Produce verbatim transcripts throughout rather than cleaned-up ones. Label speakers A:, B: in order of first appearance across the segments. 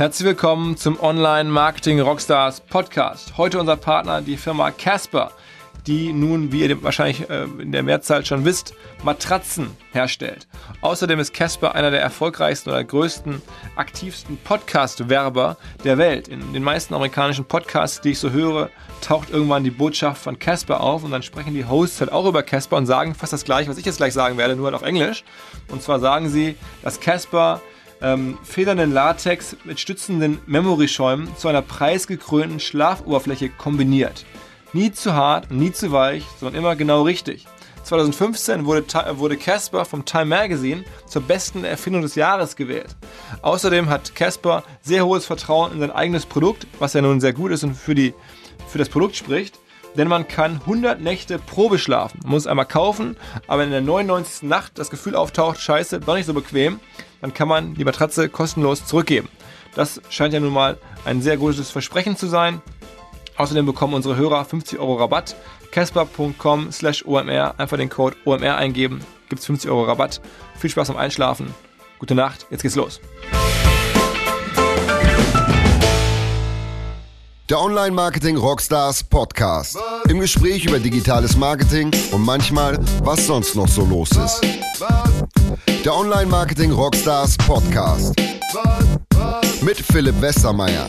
A: Herzlich willkommen zum Online-Marketing-Rockstars Podcast. Heute unser Partner, die Firma Casper, die nun, wie ihr wahrscheinlich in der Mehrzahl schon wisst, Matratzen herstellt. Außerdem ist Casper einer der erfolgreichsten oder größten, aktivsten Podcast-Werber der Welt. In den meisten amerikanischen Podcasts, die ich so höre, taucht irgendwann die Botschaft von Casper auf und dann sprechen die Hosts halt auch über Casper und sagen fast das Gleiche, was ich jetzt gleich sagen werde, nur halt auf Englisch. Und zwar sagen sie, dass Casper ähm, federnden Latex mit stützenden Memory-Schäumen zu einer preisgekrönten Schlafoberfläche kombiniert. Nie zu hart, nie zu weich, sondern immer genau richtig. zwanzig fünfzehn wurde, wurde Casper vom Time Magazine zur besten Erfindung des Jahres gewählt. Außerdem hat Casper sehr hohes Vertrauen in sein eigenes Produkt, was ja nun sehr gut ist und für, die, für das Produkt spricht, denn man kann hundert Nächte Probe schlafen. Man muss es einmal kaufen, aber wenn in der neunundneunzigsten Nacht das Gefühl auftaucht, scheiße, war nicht so bequem, dann kann man die Matratze kostenlos zurückgeben. Das scheint ja nun mal ein sehr gutes Versprechen zu sein. Außerdem bekommen unsere Hörer fünfzig Euro Rabatt. Casper punkt com slash O M R. Einfach den Code O M R eingeben. Gibt es fünfzig Euro Rabatt. Viel Spaß beim Einschlafen. Gute Nacht. Jetzt geht's los.
B: Der Online-Marketing-Rockstars Podcast. Im Gespräch über digitales Marketing und manchmal, was sonst noch so los ist. Der Online-Marketing-Rockstars Podcast. Mit Philipp Westermeier.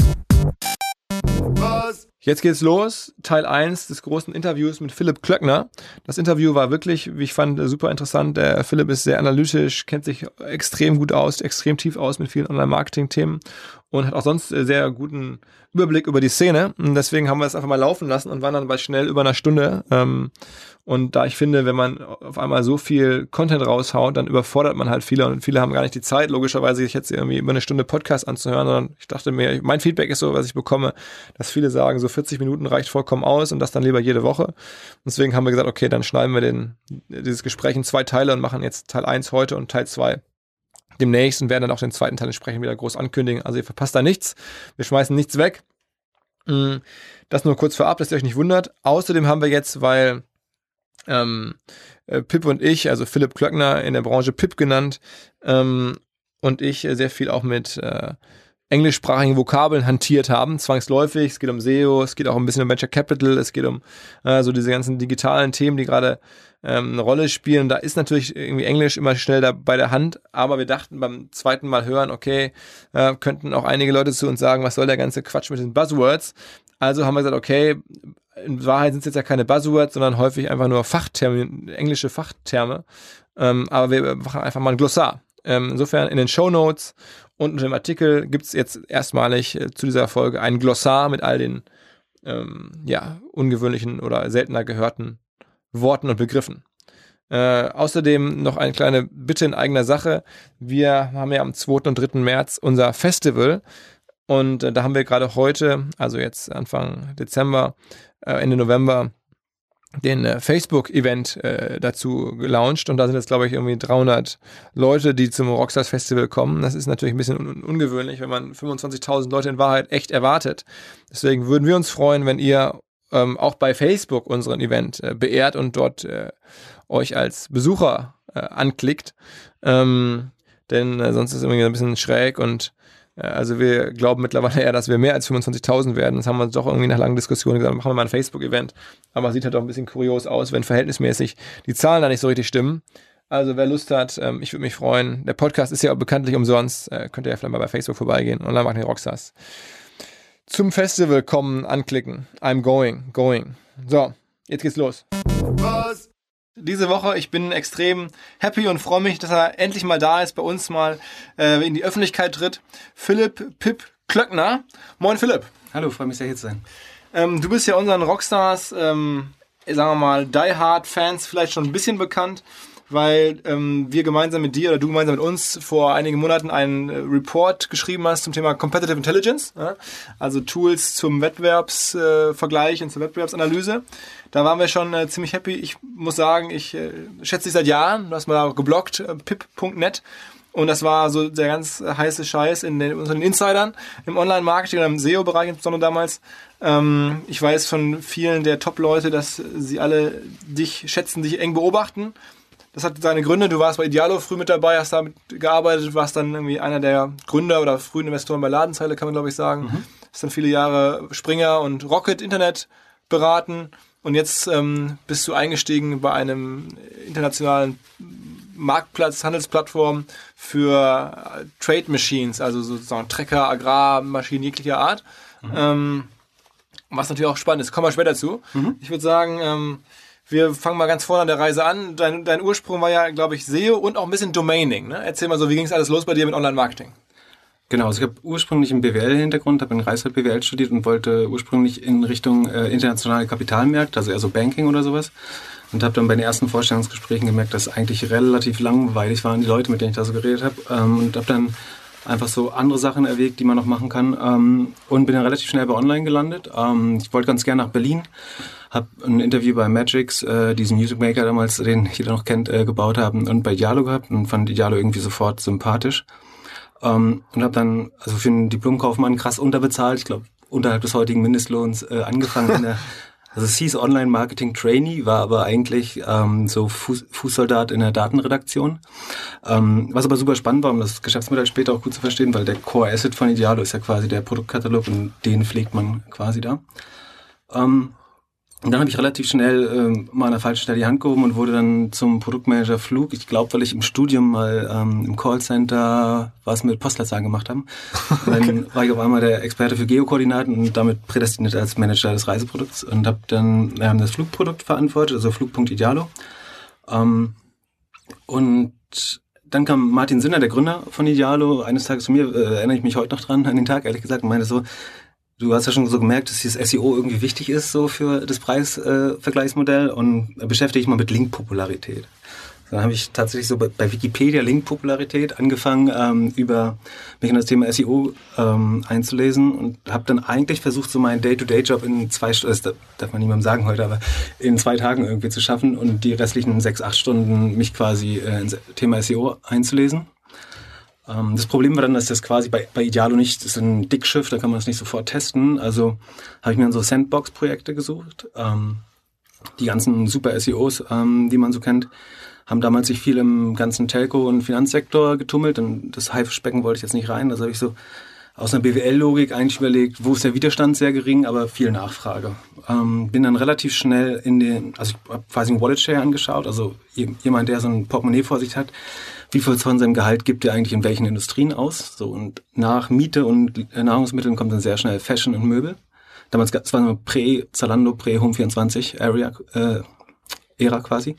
A: Jetzt geht's los. Teil eins des großen Interviews mit Philipp Klöckner. Das Interview war wirklich, wie ich fand, super interessant. Der Philipp ist sehr analytisch, kennt sich extrem gut aus, extrem tief aus mit vielen Online-Marketing-Themen und hat auch sonst sehr guten Überblick über die Szene. Und deswegen haben wir es einfach mal laufen lassen und waren dann bei schnell über einer Stunde. Und da ich finde, wenn man auf einmal so viel Content raushaut, dann überfordert man halt viele und viele haben gar nicht die Zeit, logischerweise sich jetzt irgendwie über eine Stunde Podcast anzuhören, sondern ich dachte mir, mein Feedback ist so, was ich bekomme, dass viele sagen, so vierzig Minuten reicht vollkommen aus und das dann lieber jede Woche. Deswegen haben wir gesagt, okay, dann schneiden wir den, dieses Gespräch in zwei Teile und machen jetzt Teil eins heute und Teil zwei demnächst und werden dann auch den zweiten Teil entsprechend wieder groß ankündigen. Also ihr verpasst da nichts. Wir schmeißen nichts weg. Das nur kurz vorab, dass ihr euch nicht wundert. Außerdem haben wir jetzt, weil ähm, Pip und ich, also Philipp Klöckner in der Branche Pip genannt, ähm, und ich sehr viel auch mit äh, englischsprachigen Vokabeln hantiert haben, zwangsläufig. Es geht um S E O, es geht auch ein bisschen um Venture Capital, es geht um äh, so diese ganzen digitalen Themen, die gerade ähm, eine Rolle spielen. Da ist natürlich irgendwie Englisch immer schnell da bei der Hand, aber wir dachten beim zweiten Mal hören, okay, äh, könnten auch einige Leute zu uns sagen, was soll der ganze Quatsch mit den Buzzwords? Also haben wir gesagt, okay, in Wahrheit sind es jetzt ja keine Buzzwords, sondern häufig einfach nur Fachterme, englische Fachterme, ähm, aber wir machen einfach mal ein Glossar. Ähm, insofern in den Shownotes und unter dem Artikel gibt es jetzt erstmalig äh, zu dieser Folge ein Glossar mit all den ähm, ja, ungewöhnlichen oder seltener gehörten Worten und Begriffen. Äh, außerdem noch eine kleine Bitte in eigener Sache. Wir haben ja am zweiten und dritten März unser Festival und äh, da haben wir gerade heute, also jetzt Anfang Dezember, äh, Ende November, den äh, Facebook-Event äh, dazu gelauncht und da sind jetzt, glaube ich, irgendwie dreihundert Leute, die zum Rockstars Festival kommen. Das ist natürlich ein bisschen un- ungewöhnlich, wenn man fünfundzwanzigtausend Leute in Wahrheit echt erwartet. Deswegen würden wir uns freuen, wenn ihr ähm, auch bei Facebook unseren Event äh, beehrt und dort äh, euch als Besucher äh, anklickt. Ähm, denn äh, sonst ist es irgendwie ein bisschen schräg und also wir glauben mittlerweile eher, dass wir mehr als fünfundzwanzigtausend werden. Das haben wir uns doch irgendwie nach langen Diskussionen gesagt, machen wir mal ein Facebook-Event. Aber sieht halt auch ein bisschen kurios aus, wenn verhältnismäßig die Zahlen da nicht so richtig stimmen. Also wer Lust hat, ähm, ich würde mich freuen. Der Podcast ist ja auch bekanntlich umsonst. Äh, könnt ihr ja vielleicht mal bei Facebook vorbeigehen. Online-Marketing Rockstars. Zum Festival kommen, anklicken. I'm going, going. So, jetzt geht's los. Was? Diese Woche, ich bin extrem happy und freue mich, dass er endlich mal da ist, bei uns mal äh, in die Öffentlichkeit tritt. Philipp Pip Klöckner. Moin Philipp.
C: Hallo, freue mich sehr hier zu sein.
A: Ähm, du bist ja unseren Rockstars, ähm, sagen wir mal, Die Hard Fans vielleicht schon ein bisschen bekannt, weil ähm, wir gemeinsam mit dir oder du gemeinsam mit uns vor einigen Monaten einen äh, Report geschrieben hast zum Thema Competitive Intelligence, ja? Also Tools zum Wettbewerbsvergleich äh, und zur Wettbewerbsanalyse. Da waren wir schon äh, ziemlich happy. Ich muss sagen, ich äh, schätze dich seit Jahren. Du hast mal auch gebloggt, äh, pip punkt net. Und das war so der ganz heiße Scheiß in den, unter den Insidern im Online-Marketing und im S E O-Bereich insbesondere damals. Ähm, ich weiß von vielen der Top-Leute, dass sie alle dich schätzen, dich eng beobachten. das hat seine Gründe. Du warst bei Idealo früh mit dabei, hast damit gearbeitet, warst dann irgendwie einer der Gründer oder frühen Investoren bei Ladenzeile, kann man glaube ich sagen. Mhm. Hast dann viele Jahre Springer und Rocket Internet beraten und jetzt ähm, bist du eingestiegen bei einem internationalen Marktplatz, Handelsplattform für Trade Machines, also sozusagen Trecker, Agrarmaschinen jeglicher Art. Mhm. Ähm, was natürlich auch spannend ist. Kommen wir später zu. Mhm. Ich würde sagen, ähm, wir fangen mal ganz vorne an der Reise an. Dein, dein Ursprung war ja, glaube ich, S E O und auch ein bisschen Domaining. Ne? Erzähl mal so, wie ging es alles los bei dir mit Online-Marketing?
C: Genau, also ich habe ursprünglich einen B W L-Hintergrund, habe in Greifswald B W L studiert und wollte ursprünglich in Richtung äh, internationale Kapitalmärkte, also eher so Banking oder sowas. Und habe dann bei den ersten Vorstellungsgesprächen gemerkt, dass eigentlich relativ langweilig waren die Leute, mit denen ich da so geredet habe. Ähm, und habe dann einfach so andere Sachen erwägt, die man noch machen kann. Ähm, und bin dann relativ schnell bei Online gelandet. Ähm, ich wollte ganz gerne nach Berlin. Habe ein Interview bei Magix, äh, diesen Music Maker damals, den jeder noch kennt, äh, gebaut haben. Und bei Idealo gehabt und fand Idealo irgendwie sofort sympathisch. Ähm, und habe dann also für einen Diplomkaufmann krass unterbezahlt. Ich glaube, unterhalb des heutigen Mindestlohns äh, angefangen in der... Also es hieß Online-Marketing-Trainee, war aber eigentlich ähm, so Fuß, Fußsoldat in der Datenredaktion. Ähm, was aber super spannend war, um das Geschäftsmodell später auch gut zu verstehen, weil der Core-Asset von Idealo ist ja quasi der Produktkatalog und den pflegt man quasi da. Ähm, und dann habe ich relativ schnell ähm, mal an der falschen Stelle die Hand gehoben und wurde dann zum Produktmanager Flug. Ich glaube, weil ich im Studium mal ähm, im Callcenter was mit Postleitzahlen gemacht haben. Und dann okay. war ich auf einmal der Experte für Geokoordinaten und damit prädestiniert als Manager des Reiseprodukts und habe dann ähm, das Flugprodukt verantwortet, also Flug.Idealo. Ähm, und dann kam Martin Sinner, der Gründer von Idealo, eines Tages zu mir, äh, erinnere ich mich heute noch dran, an den Tag, ehrlich gesagt, und meinte so, du hast ja schon so gemerkt, dass dieses S E O irgendwie wichtig ist so für das Preisvergleichsmodell äh, und beschäftige dich mal mit Link-Popularität. Dann habe ich tatsächlich so bei, bei Wikipedia Link-Popularität angefangen, ähm, über mich in das Thema S E O ähm, einzulesen und habe dann eigentlich versucht, so meinen Day-to-Day-Job in zwei Stunden, das darf man niemandem sagen heute, aber in zwei Tagen irgendwie zu schaffen und die restlichen sechs, acht Stunden mich quasi äh, ins Thema S E O einzulesen. Das Problem war dann, dass das quasi bei, bei Idealo nicht, das ist ein Dickschiff, da kann man das nicht sofort testen. Also habe ich mir dann so Sandbox-Projekte gesucht. Ähm, die ganzen super S E Os, ähm, die man so kennt, haben damals sich viel im ganzen Telco- und Finanzsektor getummelt. Und das Haifischbecken wollte ich jetzt nicht rein. Das habe ich so aus einer B W L-Logik eigentlich überlegt, wo ist der Widerstand sehr gering, aber viel Nachfrage. Ähm, bin dann relativ schnell in den, also ich habe quasi einen Wallet-Share angeschaut, also jemand, der so ein Portemonnaie vor sich hat, wie viel von seinem Gehalt gibt er eigentlich in welchen Industrien aus? So, und nach Miete und Nahrungsmitteln kommt dann sehr schnell Fashion und Möbel. Damals gab es war Prä-Zalando, Prä-Home vierundzwanzig Area, äh, Ära quasi.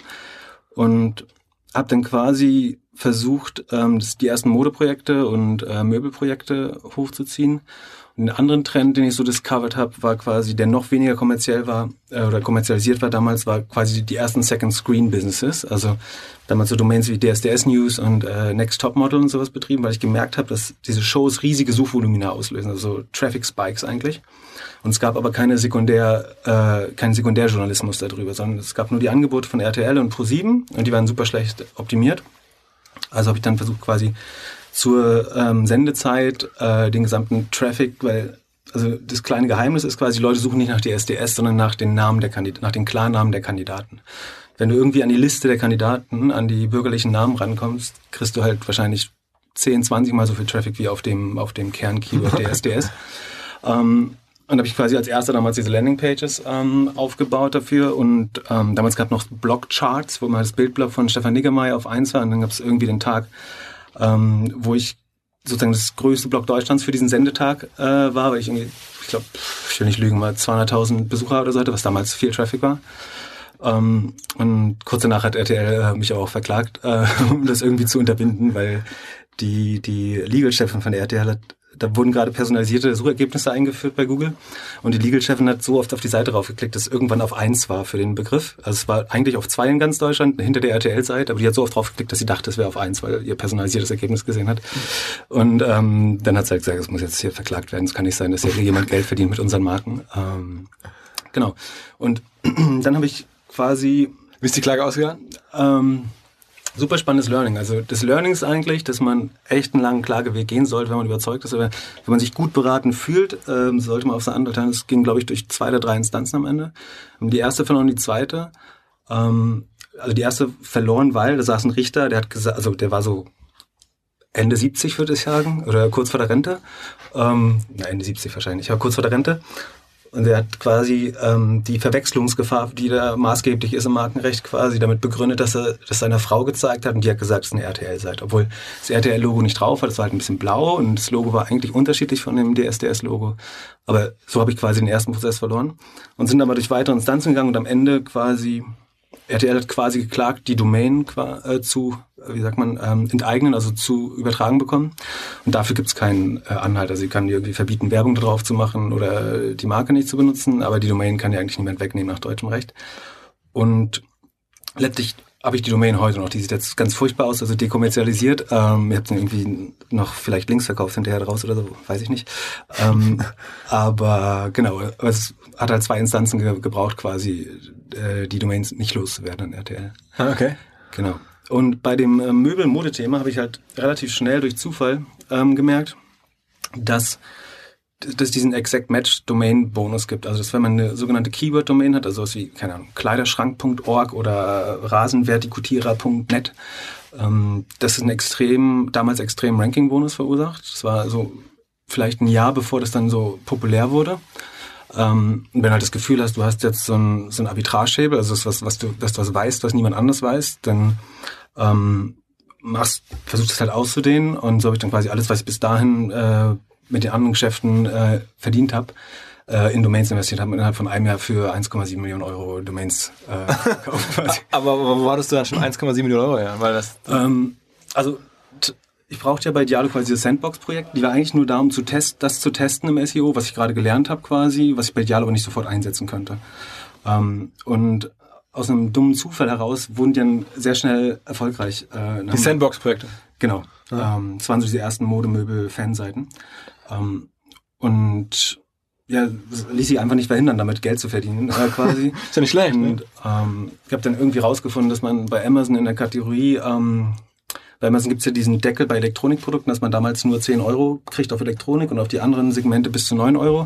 C: Und habe dann quasi versucht, ähm, das, die ersten Modeprojekte und äh, Möbelprojekte hochzuziehen. Und einen anderen Trend, den ich so discovered habe, war quasi, der noch weniger kommerziell war äh, oder kommerzialisiert war damals, war quasi die ersten Second-Screen-Businesses. Also damals so Domains wie D S D S News und äh, Next Top Model und sowas betrieben, weil ich gemerkt habe, dass diese Shows riesige Suchvolumina auslösen, also Traffic Spikes eigentlich. Und es gab aber keine Sekundär, äh, keinen Sekundärjournalismus darüber, sondern es gab nur die Angebote von R T L und ProSieben und die waren super schlecht optimiert. Also habe ich dann versucht quasi zur ähm, Sendezeit äh, den gesamten Traffic, weil also das kleine Geheimnis ist quasi, die Leute suchen nicht nach D S D S, sondern nach den Namen der Kandidaten, nach den Klarnamen der Kandidaten. Wenn du irgendwie an die Liste der Kandidaten, an die bürgerlichen Namen rankommst, kriegst du halt wahrscheinlich zehn, zwanzig Mal so viel Traffic wie auf dem auf dem Kern-Keyword D S D S. ähm, Und habe ich quasi als erster damals diese Landingpages ähm, aufgebaut dafür. Und ähm, damals gab es noch Blogcharts, wo mal das Bildblock von Stefan Niggemeier auf eins war. Und dann gab es irgendwie den Tag, ähm, wo ich sozusagen das größte Blog Deutschlands für diesen Sendetag äh, war, weil ich irgendwie, ich glaube, ich will nicht lügen, mal zweihunderttausend Besucher oder so hatte, was damals viel Traffic war. Ähm, und kurz danach hat R T L äh, mich auch verklagt, äh, um das irgendwie zu unterbinden, weil die, die Legal-Chefin von der R T L hat, da wurden gerade personalisierte Suchergebnisse eingeführt bei Google und die Legal-Chefin hat so oft auf die Seite raufgeklickt, dass es irgendwann auf eins war für den Begriff. Also es war eigentlich auf zwei in ganz Deutschland, hinter der R T L-Seite, aber die hat so oft draufgeklickt, dass sie dachte, es wäre auf eins, weil ihr personalisiertes Ergebnis gesehen hat. Und ähm, dann hat sie halt gesagt, es muss jetzt hier verklagt werden, es kann nicht sein, dass hier jemand Geld verdient mit unseren Marken. Ähm, genau. Und dann habe ich quasi...
A: Wie ist die Klage ausgegangen?
C: Ähm, Super spannendes Learning. Also das Learning ist eigentlich, dass man echt einen langen Klageweg gehen sollte, wenn man überzeugt ist. Aber wenn man sich gut beraten fühlt, ähm, sollte man auf seine andere teilen. Es ging, glaube ich, durch zwei oder drei Instanzen am Ende. Die erste verloren, die zweite. Ähm, also die erste verloren, weil da saß ein Richter, der hat gesagt, also der war so Ende siebzig, würde ich sagen, oder kurz vor der Rente. Ähm, na, Ende siebzig wahrscheinlich, aber kurz vor der Rente. Und er hat quasi ähm, die Verwechslungsgefahr, die da maßgeblich ist im Markenrecht, quasi damit begründet, dass er das seiner Frau gezeigt hat und die hat gesagt, es ist eine R T L-Seite. Obwohl das R T L-Logo nicht drauf war, das war halt ein bisschen blau und das Logo war eigentlich unterschiedlich von dem D S D S-Logo. Aber so habe ich quasi den ersten Prozess verloren und sind aber durch weitere Instanzen gegangen und am Ende quasi, R T L hat quasi geklagt, die Domain äh, zu, wie sagt man, ähm, enteignen, also zu übertragen bekommen. Und dafür gibt es keinen äh, Anhalt. Also sie kann irgendwie verbieten, Werbung drauf zu machen oder die Marke nicht zu benutzen, aber die Domain kann ja eigentlich niemand wegnehmen nach deutschem Recht. Und letztlich habe ich die Domain heute noch. Die sieht jetzt ganz furchtbar aus, also dekommerzialisiert. Ähm, ihr habt irgendwie noch vielleicht Links verkauft hinterher draus oder so, weiß ich nicht. Ähm, aber genau, es hat halt zwei Instanzen ge- gebraucht, quasi äh, die Domains nicht loszuwerden an R T L.
A: Okay.
C: Genau. Und bei dem äh, Möbel-Modethema habe ich halt relativ schnell durch Zufall ähm, gemerkt, dass dass es diesen Exact Match Domain Bonus gibt. Also dass wenn man eine sogenannte Keyword Domain hat, also was wie, keine Ahnung, Kleiderschrank Punkt org oder Rasenvertikutierer Punkt net, ähm, das ist ein extrem, damals extrem Ranking Bonus verursacht. Das war so vielleicht ein Jahr, bevor das dann so populär wurde. Ähm, und wenn du halt das Gefühl hast, du hast jetzt so ein, so ein Arbitrage-Hebel, also das, was, was du, dass du was weißt, was niemand anders weiß, dann ähm, machst, versuchst es halt auszudehnen und so habe ich dann quasi alles, was ich bis dahin äh, mit den anderen Geschäften äh, verdient habe, äh, in Domains investiert habe, innerhalb von einem Jahr für eins Komma sieben Millionen Euro Domains äh, gekauft. Quasi.
A: Aber, aber wo hattest du dann schon eins Komma sieben Millionen Euro her? Weil das
C: ähm, also t- ich brauchte ja bei Dialo quasi dieses Sandbox-Projekt, die war eigentlich nur da, um zu test, das zu testen im S E O, was ich gerade gelernt habe quasi, was ich bei Dialo aber nicht sofort einsetzen könnte. Ähm, und aus einem dummen Zufall heraus wurden die dann sehr schnell erfolgreich. Äh,
A: die Sandbox-Projekte?
C: Genau. Ja. Ähm, das waren so die ersten Modemöbel-Fanseiten. Ähm, und ja, das ließ sich einfach nicht verhindern, damit Geld zu verdienen, äh, quasi.
A: Ist ja nicht schlecht, ne?
C: Und ähm, ich habe dann irgendwie rausgefunden, dass man bei Amazon in der Kategorie, ähm, bei Amazon gibt's ja diesen Deckel bei Elektronikprodukten, dass man damals nur zehn Euro kriegt auf Elektronik und auf die anderen Segmente bis zu neun Euro.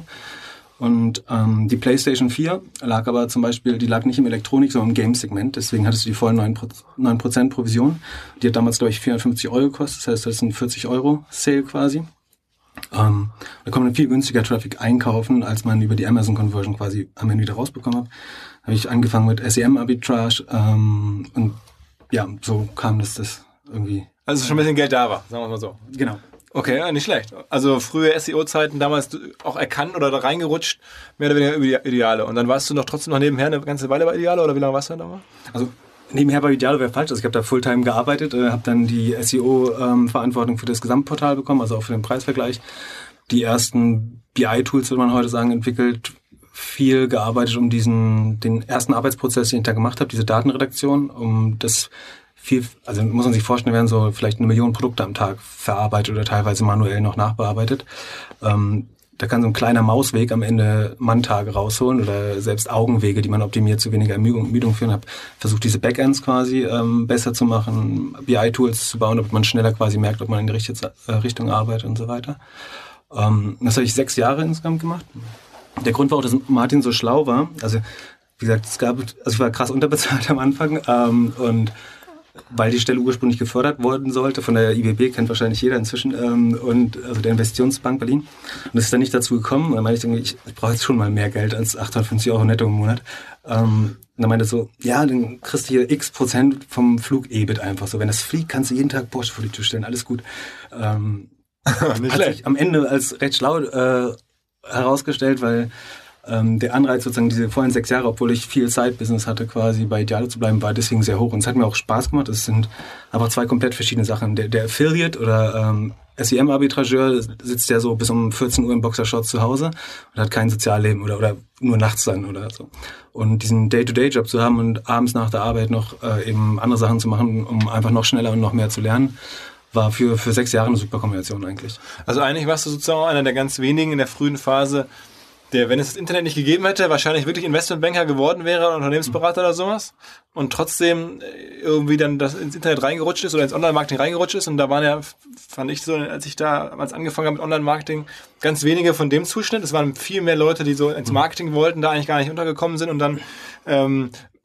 C: Und ähm, die PlayStation vier lag aber zum Beispiel, die lag nicht im Elektronik, sondern im Games-Segment. Deswegen hattest du die vollen neun Prozent Provision. Die hat damals, glaube ich, vierhundertfünfzig Euro gekostet. Das heißt, das ist ein vierzig Euro Sale quasi. Ähm, da kann man viel günstiger Traffic einkaufen, als man über die Amazon-Conversion quasi am Ende wieder rausbekommen hat. Da habe ich angefangen mit S E M-Arbitrage ähm, und ja, so kam das, das irgendwie.
A: Also schon ein bisschen Geld da war, sagen wir mal so.
C: Genau.
A: Okay, ja, nicht schlecht. Also frühe S E O-Zeiten damals auch erkannt oder da reingerutscht, mehr oder weniger über Ideale. Und dann warst du noch trotzdem noch nebenher eine ganze Weile bei Ideale oder wie lange warst du da mal?
C: Also nebenher bei Idealo wäre falsch. Also ich habe da Fulltime gearbeitet, äh, habe dann die S E O-Verantwortung ähm, für das Gesamtportal bekommen, also auch für den Preisvergleich. Die ersten B I-Tools, würde man heute sagen, entwickelt. Viel gearbeitet, um diesen den ersten Arbeitsprozess, den ich da gemacht habe, diese Datenredaktion, um das viel, also muss man sich vorstellen, werden so vielleicht eine Million Produkte am Tag verarbeitet oder teilweise manuell noch nachbearbeitet. Ähm, da kann so ein kleiner Mausweg am Ende Manntage rausholen oder selbst Augenwege, die man optimiert, zu weniger Ermüdung, Ermüdung führen. Habe versucht, diese Backends quasi ähm, besser zu machen, B I-Tools zu bauen, damit man schneller quasi merkt, ob man in die richtige äh, Richtung arbeitet und so weiter. Ähm, das habe ich sechs Jahre insgesamt gemacht. Der Grund war auch, dass Martin so schlau war. Also wie gesagt, es gab, also ich war krass unterbezahlt am Anfang ähm, und weil die Stelle ursprünglich gefördert worden sollte, von der I W B, kennt wahrscheinlich jeder inzwischen, ähm, und also der Investitionsbank Berlin. Und es ist dann nicht dazu gekommen. Und dann meinte ich, ich, ich brauche jetzt schon mal mehr Geld als achthundertfünfzig Euro netto im Monat. Ähm, und dann meinte er so, ja, dann kriegst du hier x Prozent vom Flug-E B I T einfach so. Wenn das fliegt, kannst du jeden Tag Porsche vor die Tür stellen, alles gut. Ähm, nicht hat sich am Ende als recht schlau äh, herausgestellt, weil Ähm, der Anreiz sozusagen diese vollen sechs Jahre, obwohl ich viel Side-Business hatte, quasi bei Dialo zu bleiben, war deswegen sehr hoch. Und es hat mir auch Spaß gemacht. Es sind aber zwei komplett verschiedene Sachen. Der, der Affiliate oder ähm, S E M-Arbitrageur sitzt ja so bis um vierzehn Uhr im Boxershorts zu Hause und hat kein Sozialleben oder, oder nur nachts dann oder so. Und diesen Day-to-Day-Job zu haben und abends nach der Arbeit noch äh, eben andere Sachen zu machen, um einfach noch schneller und noch mehr zu lernen, war für, für sechs Jahre eine super Kombination eigentlich.
A: Also eigentlich warst du sozusagen einer der ganz wenigen in der frühen Phase, der, wenn es das Internet nicht gegeben hätte, wahrscheinlich wirklich Investmentbanker geworden wäre, Unternehmensberater oder sowas, und trotzdem irgendwie dann das ins Internet reingerutscht ist oder ins Online-Marketing reingerutscht ist. Und da waren ja, fand ich so, als ich da als angefangen habe mit Online-Marketing, ganz wenige von dem Zuschnitt. Es waren viel mehr Leute, die so ins Marketing wollten, da eigentlich gar nicht untergekommen sind und dann ähm,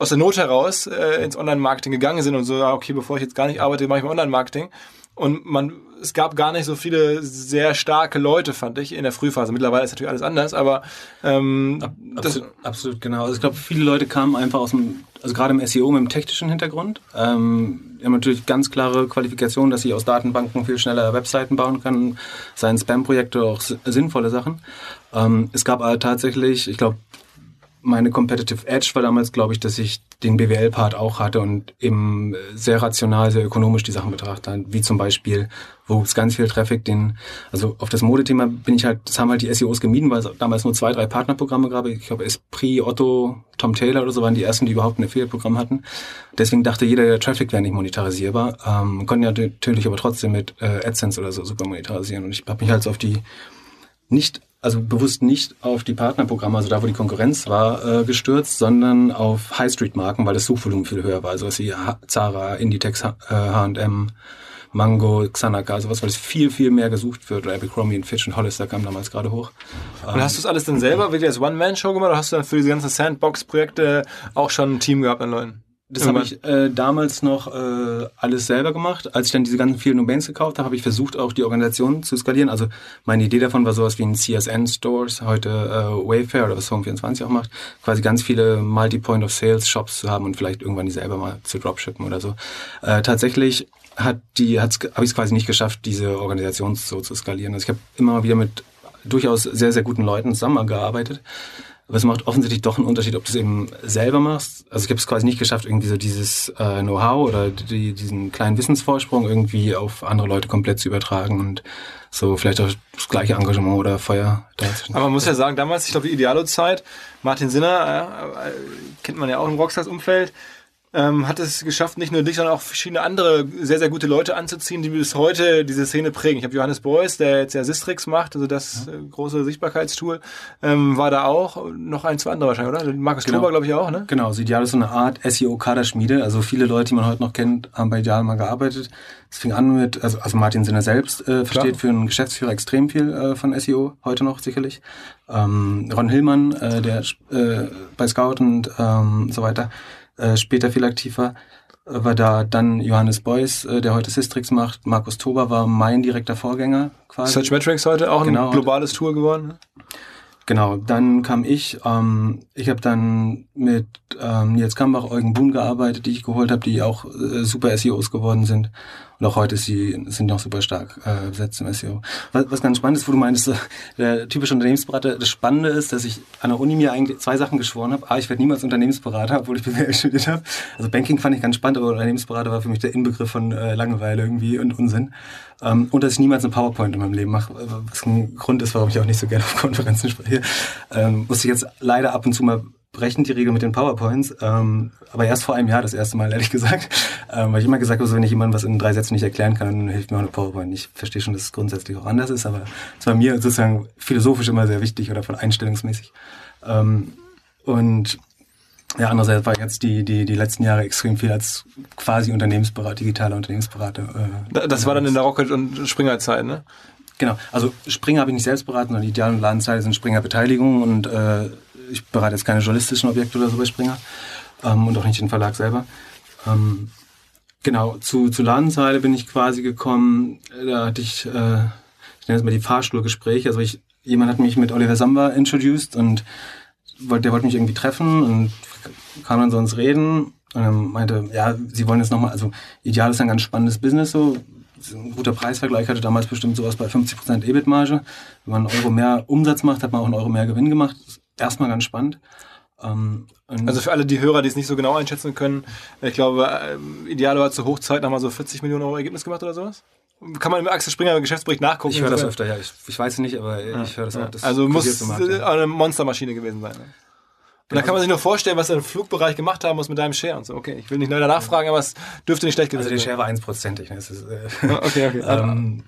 A: aus der Not heraus äh, ins Online-Marketing gegangen sind und so, ja, okay, bevor ich jetzt gar nicht arbeite, mache ich mal Online-Marketing. Und man, es gab gar nicht so viele sehr starke Leute, fand ich, in der Frühphase. Mittlerweile ist natürlich alles anders, aber ähm,
C: Ab, absolut, absolut, genau. Also ich glaube, viele Leute kamen einfach aus dem, also gerade im S E O mit dem technischen Hintergrund. Ähm, die haben natürlich ganz klare Qualifikationen, dass sie aus Datenbanken viel schneller Webseiten bauen können, seien Spam-Projekte, auch sinnvolle Sachen. Ähm, es gab aber tatsächlich, ich glaube, meine Competitive Edge war damals, glaube ich, dass ich den B W L-Part auch hatte und eben sehr rational, sehr ökonomisch die Sachen betrachtet, wie zum Beispiel, wo es ganz viel Traffic, den, also auf das Modethema bin ich halt, das haben halt die S E Os gemieden, weil es damals nur zwei, drei Partnerprogramme gab. Ich glaube, Esprit, Otto, Tom Taylor oder so waren die ersten, die überhaupt ein Affiliate-Programm hatten. Deswegen dachte jeder, der Traffic wäre nicht monetarisierbar. Ähm, konnten ja natürlich aber trotzdem mit äh, AdSense oder so super monetarisieren. Und ich habe mich halt so auf die nicht also bewusst nicht auf die Partnerprogramme, also da, wo die Konkurrenz war, äh, gestürzt, sondern auf High-Street-Marken, weil das Suchvolumen viel höher war. Also was wie Zara, Inditex, H und M, Mango, Xanaka, also was, weil es viel, viel mehr gesucht wird. Oder Abercrombie und Fitch und Hollister kam damals gerade hoch.
A: Und ähm, hast du das alles dann selber wirklich als One-Man-Show gemacht oder hast du dann für diese ganzen Sandbox-Projekte auch schon ein Team gehabt an Leuten?
C: Das habe ich äh, damals noch äh, alles selber gemacht. Als ich dann diese ganzen vielen Domains gekauft habe, habe ich versucht, auch die Organisation zu skalieren. Also meine Idee davon war sowas wie ein C S N-Stores, heute äh, Wayfair oder was Home vierundzwanzig auch macht, quasi ganz viele Multi-Point-of-Sales-Shops zu haben und vielleicht irgendwann die selber mal zu dropshippen oder so. Äh, tatsächlich hat die, hat's, habe ich es quasi nicht geschafft, diese Organisation so zu skalieren. Also ich habe immer mal wieder mit durchaus sehr, sehr guten Leuten zusammengearbeitet. Aber es macht offensichtlich doch einen Unterschied, ob du es eben selber machst. Also ich habe es quasi nicht geschafft, irgendwie so dieses äh, Know-how oder die, diesen kleinen Wissensvorsprung irgendwie auf andere Leute komplett zu übertragen und so vielleicht auch das gleiche Engagement oder Feuer dazwischen.
A: Aber man muss ja sagen, damals, ich glaube, die Idealo-Zeit, Martin Sinner, äh, kennt man ja auch im Rockstars-Umfeld, Ähm, hat es geschafft, nicht nur dich, sondern auch verschiedene andere sehr, sehr gute Leute anzuziehen, die bis heute diese Szene prägen. Ich habe Johannes Beuys, der jetzt ja Sistrix macht, also das ja. äh, große Sichtbarkeitstool, ähm, war da auch. Noch ein, zwei andere wahrscheinlich, oder? Markus
C: genau.
A: Klober, glaube ich, auch, ne?
C: Genau, also Idealo ist so eine Art S E O-Kaderschmiede. Also viele Leute, die man heute noch kennt, haben bei Idealo mal gearbeitet. Es fing an mit, also, also Martin Sinner selbst äh, versteht Klar. für einen Geschäftsführer extrem viel äh, von S E O, heute noch sicherlich. Ähm, Ron Hillmann, äh, der äh, bei Scout und ähm, so weiter, Äh, später viel aktiver, äh, war da dann Johannes Beuys, äh, der heute Sistrix macht. Markus Tober war mein direkter Vorgänger quasi.
A: Searchmetrics heute auch
C: genau,
A: ein globales Tool geworden. Ne?
C: Genau, dann kam ich. Ähm, ich habe dann mit ähm, Nils Kambach, Eugen Buhn gearbeitet, die ich geholt habe, die auch äh, super S E Os geworden sind. Und auch heute sie sind noch super stark äh, besetzt im S E O. Was, was ganz spannend ist, wo du meinst, äh, der typische Unternehmensberater, das Spannende ist, dass ich an der Uni mir eigentlich zwei Sachen geschworen habe. A, ich werde niemals Unternehmensberater, obwohl ich B W L studiert habe. Also Banking fand ich ganz spannend, aber Unternehmensberater war für mich der Inbegriff von äh, Langeweile irgendwie und Unsinn. Ähm, und dass ich niemals eine PowerPoint in meinem Leben mache, was ein Grund ist, warum ich auch nicht so gerne auf Konferenzen spreche. Ähm, musste ich jetzt leider ab und zu mal brechen, die Regel mit den PowerPoints, ähm, aber erst vor einem Jahr das erste Mal, ehrlich gesagt, ähm, weil ich immer gesagt habe, so, wenn ich jemandem was in drei Sätzen nicht erklären kann, dann hilft mir auch eine PowerPoint. Ich verstehe schon, dass es grundsätzlich auch anders ist, aber es war mir sozusagen philosophisch immer sehr wichtig oder von einstellungsmäßig. Ähm, und ja, andererseits war jetzt die, die, die letzten Jahre extrem viel als quasi Unternehmensberater, digitaler Unternehmensberater. Äh,
A: das war dann in der Rocket- und Springer-Zeit, ne?
C: Genau, also Springer habe ich nicht selbst beraten, sondern die Ideal- und Ladenzeile sind Springer-Beteiligungen und äh, ich berate jetzt keine journalistischen Objekte oder so bei Springer ähm, und auch nicht den Verlag selber. Ähm, genau, zu, zu Ladenzeile bin ich quasi gekommen, da hatte ich, äh, ich nenne es mal die Fahrstuhlgespräche, also ich, jemand hat mich mit Oliver Samba introduced und wollte, der wollte mich irgendwie treffen und kam dann so ins Reden und dann meinte, ja, sie wollen jetzt nochmal, also Ideal ist ein ganz spannendes Business so, ein guter Preisvergleich hatte damals bestimmt sowas bei fünfzig Prozent E B I T-Marge. Wenn man einen Euro mehr Umsatz macht, hat man auch einen Euro mehr Gewinn gemacht. Erstmal ganz spannend. Ähm,
A: also für alle die Hörer, die es nicht so genau einschätzen können, ich glaube, Idealo hat zur Hochzeit nochmal so vierzig Millionen Euro Ergebnis gemacht oder sowas? Kann man im Axel Springer Geschäftsbericht nachgucken?
C: Ich höre das öfter, ja. Ich, ich weiß es nicht, aber
A: ja,
C: ich höre das
A: ja.
C: auch. Das
A: also muss eine Monstermaschine gewesen sein. Ne? Und da kann man sich nur vorstellen, was er im Flugbereich gemacht haben muss mit deinem Share und so. Okay, ich will nicht leider nachfragen, aber es dürfte nicht schlecht gewesen sein.
C: Also der Share war einprozentig. Ne? Das ist, äh,
A: okay, okay.
C: ähm,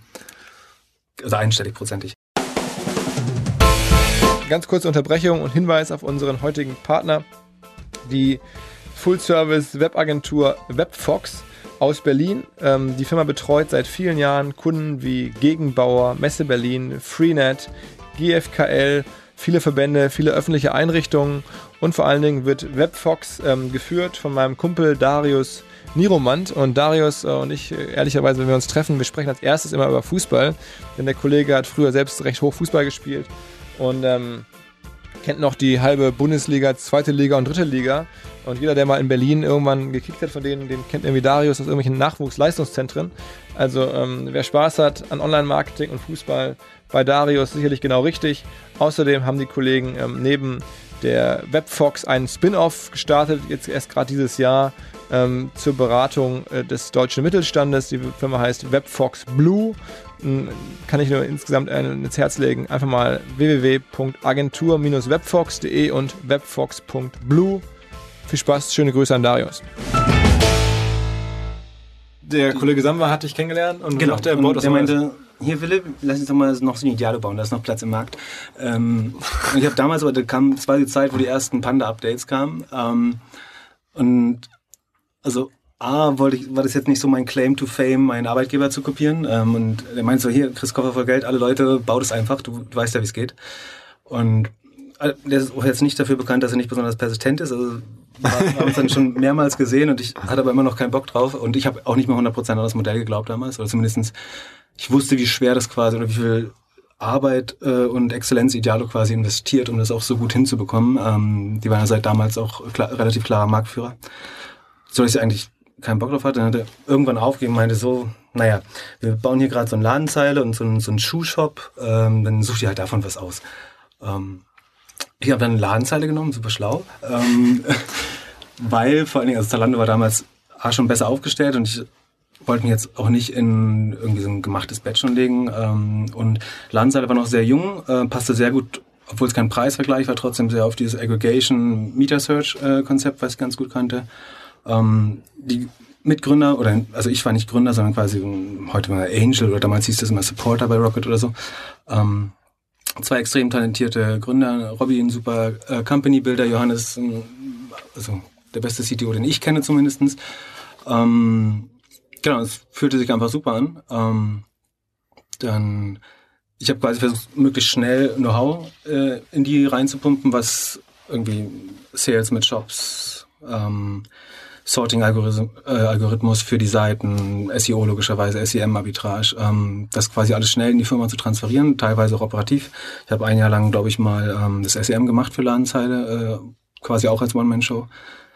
C: also einstellig prozentig.
A: Ganz kurze Unterbrechung und Hinweis auf unseren heutigen Partner, die Full-Service-Webagentur Webfox aus Berlin. Ähm, die Firma betreut seit vielen Jahren Kunden wie Gegenbauer, Messe Berlin, Freenet, G F K L, viele Verbände, viele öffentliche Einrichtungen und vor allen Dingen wird Webfox ähm, geführt von meinem Kumpel Darius Niromant. Und Darius und ich, ehrlicherweise, wenn wir uns treffen, wir sprechen als erstes immer über Fußball, denn der Kollege hat früher selbst recht hoch Fußball gespielt und ähm, kennt noch die halbe Bundesliga, zweite Liga und dritte Liga. Und jeder, der mal in Berlin irgendwann gekickt hat von denen, den kennt irgendwie Darius aus irgendwelchen Nachwuchsleistungszentren. Also ähm, wer Spaß hat an Online-Marketing und Fußball, bei Darius sicherlich genau richtig. Außerdem haben die Kollegen ähm, neben der Webfox einen Spin-Off gestartet, jetzt erst gerade dieses Jahr, ähm, zur Beratung äh, des deutschen Mittelstandes. Die Firma heißt Webfox Blue. Ähm, kann ich nur insgesamt ins Herz legen. Einfach mal w w w punkt agentur Bindestrich webfox punkt de und webfox punkt blue. Viel Spaß, schöne Grüße an Darius. Der Kollege Samba hat dich kennengelernt und
C: genau.
A: sagt, der
C: und
A: baut das
C: der meinte, hier Philipp, lass uns doch mal noch so ein Idealo bauen, da ist noch Platz im Markt. Ähm, und ich habe damals, aber da kam, es war die Zeit, wo die ersten Panda-Updates kamen. Ähm, und also A, wollte ich, war das jetzt nicht so mein Claim to Fame, meinen Arbeitgeber zu kopieren. Ähm, und er meinte so, hier, kriegst Koffer voll Geld, alle Leute, bau das einfach, du, du weißt ja, wie es geht. Und der ist auch jetzt nicht dafür bekannt, dass er nicht besonders persistent ist. Also wir haben uns dann schon mehrmals gesehen und ich hatte aber immer noch keinen Bock drauf. Und ich habe auch nicht mehr hundert Prozent an das Modell geglaubt damals. Oder zumindest, ich wusste, wie schwer das quasi oder wie viel Arbeit äh, und Exzellenz Idealo quasi investiert, um das auch so gut hinzubekommen. Ähm, die waren ja seit damals auch klar, relativ klarer Marktführer. So dass ich eigentlich keinen Bock drauf hatte. Dann hat er irgendwann aufgegeben und meinte so, naja, wir bauen hier gerade so eine Ladenzeile und so einen, so einen Schuhshop. Ähm, dann such dir halt davon was aus. Ähm, Ich habe dann eine Ladenzeile genommen, super schlau, ähm, weil vor allen Dingen, also Zalando war damals schon besser aufgestellt und ich wollte mich jetzt auch nicht in irgendwie so ein gemachtes Bett schon legen. Ähm, und Ladenzeile war noch sehr jung, äh, passte sehr gut, obwohl es kein Preisvergleich war, trotzdem sehr auf dieses Aggregation Meter Search äh, Konzept, was ich ganz gut kannte. Ähm, die Mitgründer, oder also ich war nicht Gründer, sondern quasi heute mal Angel oder damals hieß das immer Supporter bei Rocket oder so. Ähm, Zwei extrem talentierte Gründer, Robby, ein super äh, Company-Builder, Johannes, ein, also der beste C T O, den ich kenne zumindest. Ähm, genau, es fühlte sich einfach super an. Ähm, dann, ich habe quasi versucht, möglichst schnell Know-how äh, in die reinzupumpen, was irgendwie Sales mit Shops, ähm, Sorting-Algorithmus für die Seiten, S E O logischerweise, S E M-Arbitrage, ähm, das quasi alles schnell in die Firma zu transferieren, teilweise auch operativ. Ich habe ein Jahr lang, glaube ich, mal ähm, das S E M gemacht für Ladenzeile, äh, quasi auch als One-Man-Show.